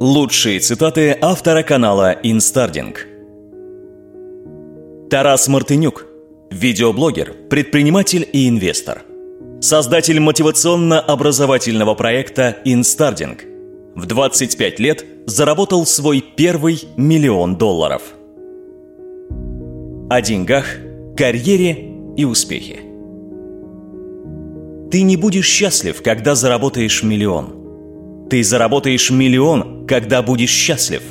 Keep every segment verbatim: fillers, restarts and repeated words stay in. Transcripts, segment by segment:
Лучшие цитаты автора канала Инстардинг. Тарас Мартынюк. Видеоблогер, предприниматель и инвестор. Создатель мотивационно-образовательного проекта Инстардинг. В двадцать пять лет заработал свой первый миллион долларов. О деньгах, карьере и успехе. Ты не будешь счастлив, когда заработаешь миллион. Ты заработаешь миллион, когда будешь счастлив.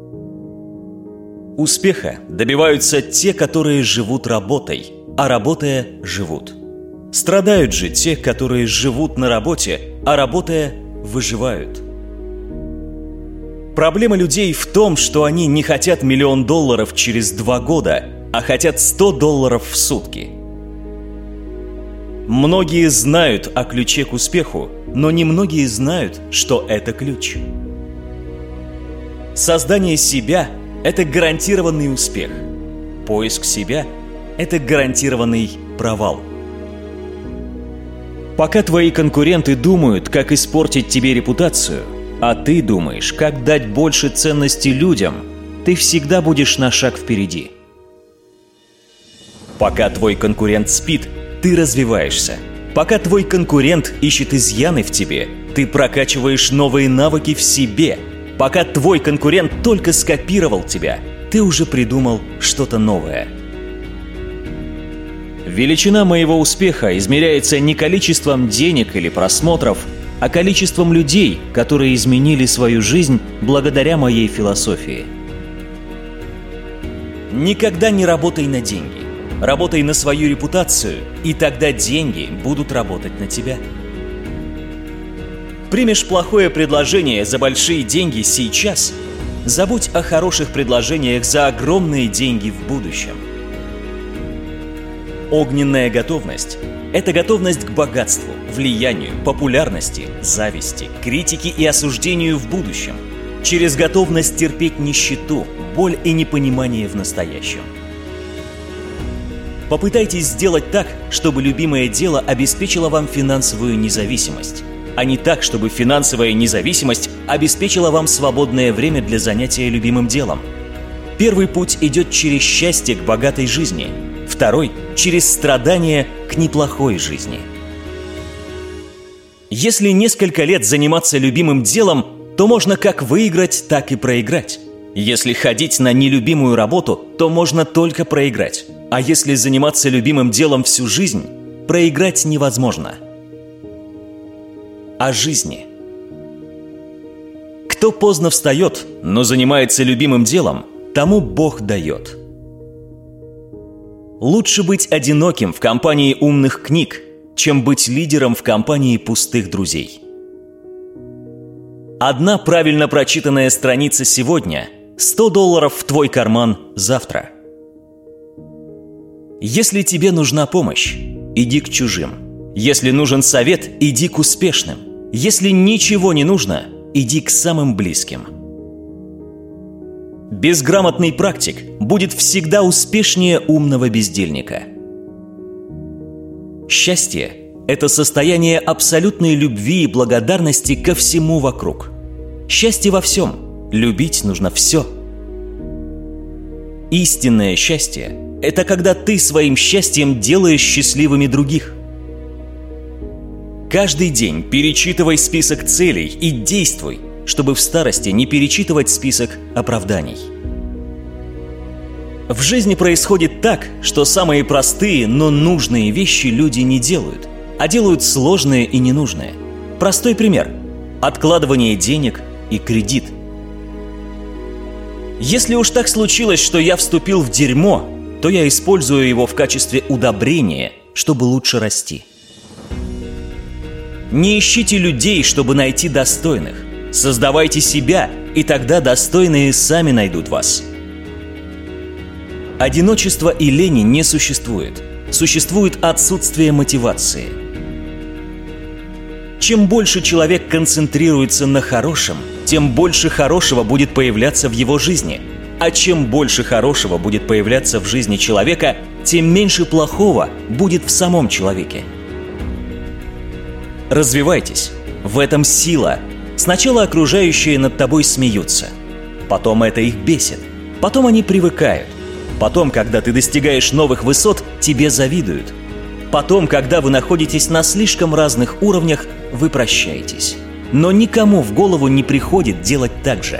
Успеха добиваются те, которые живут работой, а работая живут. Страдают же те, которые живут на работе, а работая выживают. Проблема людей в том, что они не хотят миллион долларов через два года, а хотят сто долларов в сутки. Многие знают о ключе к успеху, но немногие знают, что это ключ. Создание себя – это гарантированный успех. Поиск себя – это гарантированный провал. Пока твои конкуренты думают, как испортить тебе репутацию, а ты думаешь, как дать больше ценности людям, ты всегда будешь на шаг впереди. Пока твой конкурент спит, ты развиваешься. Пока твой конкурент ищет изъяны в тебе, ты прокачиваешь новые навыки в себе. Пока твой конкурент только скопировал тебя, ты уже придумал что-то новое. Величина моего успеха измеряется не количеством денег или просмотров, а количеством людей, которые изменили свою жизнь благодаря моей философии. Никогда не работай на деньги. Работай на свою репутацию, и тогда деньги будут работать на тебя. Примешь плохое предложение за большие деньги сейчас, забудь о хороших предложениях за огромные деньги в будущем. Огненная готовность – это готовность к богатству, влиянию, популярности, зависти, критике и осуждению в будущем. Через готовность терпеть нищету, боль и непонимание в настоящем. Попытайтесь сделать так, чтобы любимое дело обеспечило вам финансовую независимость, а не так, чтобы финансовая независимость обеспечила вам свободное время для занятия любимым делом. Первый путь идет через счастье к богатой жизни, второй – через страдания к неплохой жизни. Если несколько лет заниматься любимым делом, то можно как выиграть, так и проиграть. Если ходить на нелюбимую работу, то можно только проиграть. А если заниматься любимым делом всю жизнь, проиграть невозможно. О жизни. Кто поздно встает, но занимается любимым делом, тому Бог дает. Лучше быть одиноким в компании умных книг, чем быть лидером в компании пустых друзей. Одна правильно прочитанная страница сегодня – сто долларов в твой карман завтра. Если тебе нужна помощь, иди к чужим. Если нужен совет, иди к успешным. Если ничего не нужно, иди к самым близким. Безграмотный практик будет всегда успешнее умного бездельника. Счастье – это состояние абсолютной любви и благодарности ко всему вокруг. Счастье во всем. Любить нужно все. Истинное счастье – это когда ты своим счастьем делаешь счастливыми других. Каждый день перечитывай список целей и действуй, чтобы в старости не перечитывать список оправданий. В жизни происходит так, что самые простые, но нужные вещи люди не делают, а делают сложные и ненужные. Простой пример – откладывание денег и кредит. Если уж так случилось, что я вступил в дерьмо, то я использую его в качестве удобрения, чтобы лучше расти. Не ищите людей, чтобы найти достойных. Создавайте себя, и тогда достойные сами найдут вас. Одиночества и лени не существует. Существует отсутствие мотивации. Чем больше человек концентрируется на хорошем, тем больше хорошего будет появляться в его жизни. А чем больше хорошего будет появляться в жизни человека, тем меньше плохого будет в самом человеке. Развивайтесь. В этом сила. Сначала окружающие над тобой смеются. Потом это их бесит. Потом они привыкают. Потом, когда ты достигаешь новых высот, тебе завидуют. Потом, когда вы находитесь на слишком разных уровнях, вы прощаетесь. Но никому в голову не приходит делать так же.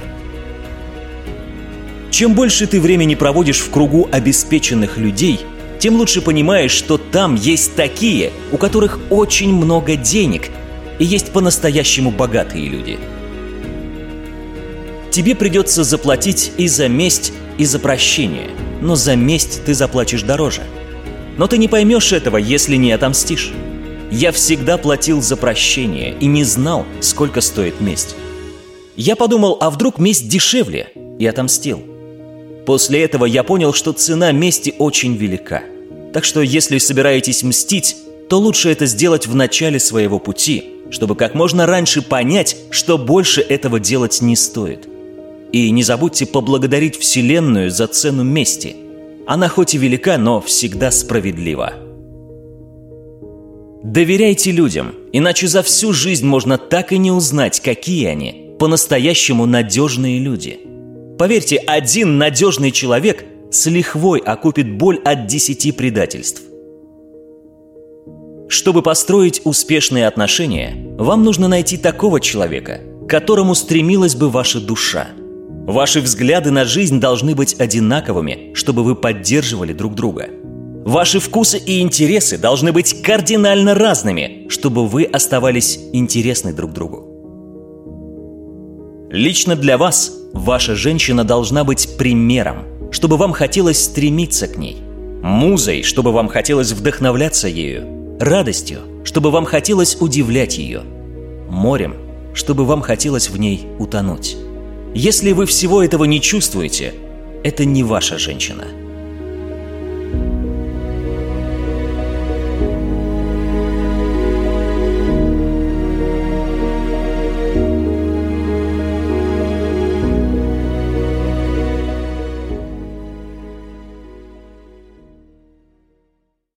Чем больше ты времени проводишь в кругу обеспеченных людей, тем лучше понимаешь, что там есть такие, у которых очень много денег, и есть по-настоящему богатые люди. Тебе придется заплатить и за месть, и за прощение, но за месть ты заплатишь дороже. Но ты не поймешь этого, если не отомстишь. Я всегда платил за прощение и не знал, сколько стоит месть. Я подумал, а вдруг месть дешевле, и отомстил. После этого я понял, что цена мести очень велика. Так что если собираетесь мстить, то лучше это сделать в начале своего пути, чтобы как можно раньше понять, что больше этого делать не стоит. И не забудьте поблагодарить Вселенную за цену мести. Она хоть и велика, но всегда справедлива. Доверяйте людям, иначе за всю жизнь можно так и не узнать, какие они, по-настоящему надежные люди. Поверьте, один надежный человек с лихвой окупит боль от десяти предательств. Чтобы построить успешные отношения, вам нужно найти такого человека, к которому стремилась бы ваша душа. Ваши взгляды на жизнь должны быть одинаковыми, чтобы вы поддерживали друг друга. Ваши вкусы и интересы должны быть кардинально разными, чтобы вы оставались интересны друг другу. Лично для вас ваша женщина должна быть примером, чтобы вам хотелось стремиться к ней, музой, чтобы вам хотелось вдохновляться ею, радостью, чтобы вам хотелось удивлять ее, морем, чтобы вам хотелось в ней утонуть. Если вы всего этого не чувствуете, это не ваша женщина.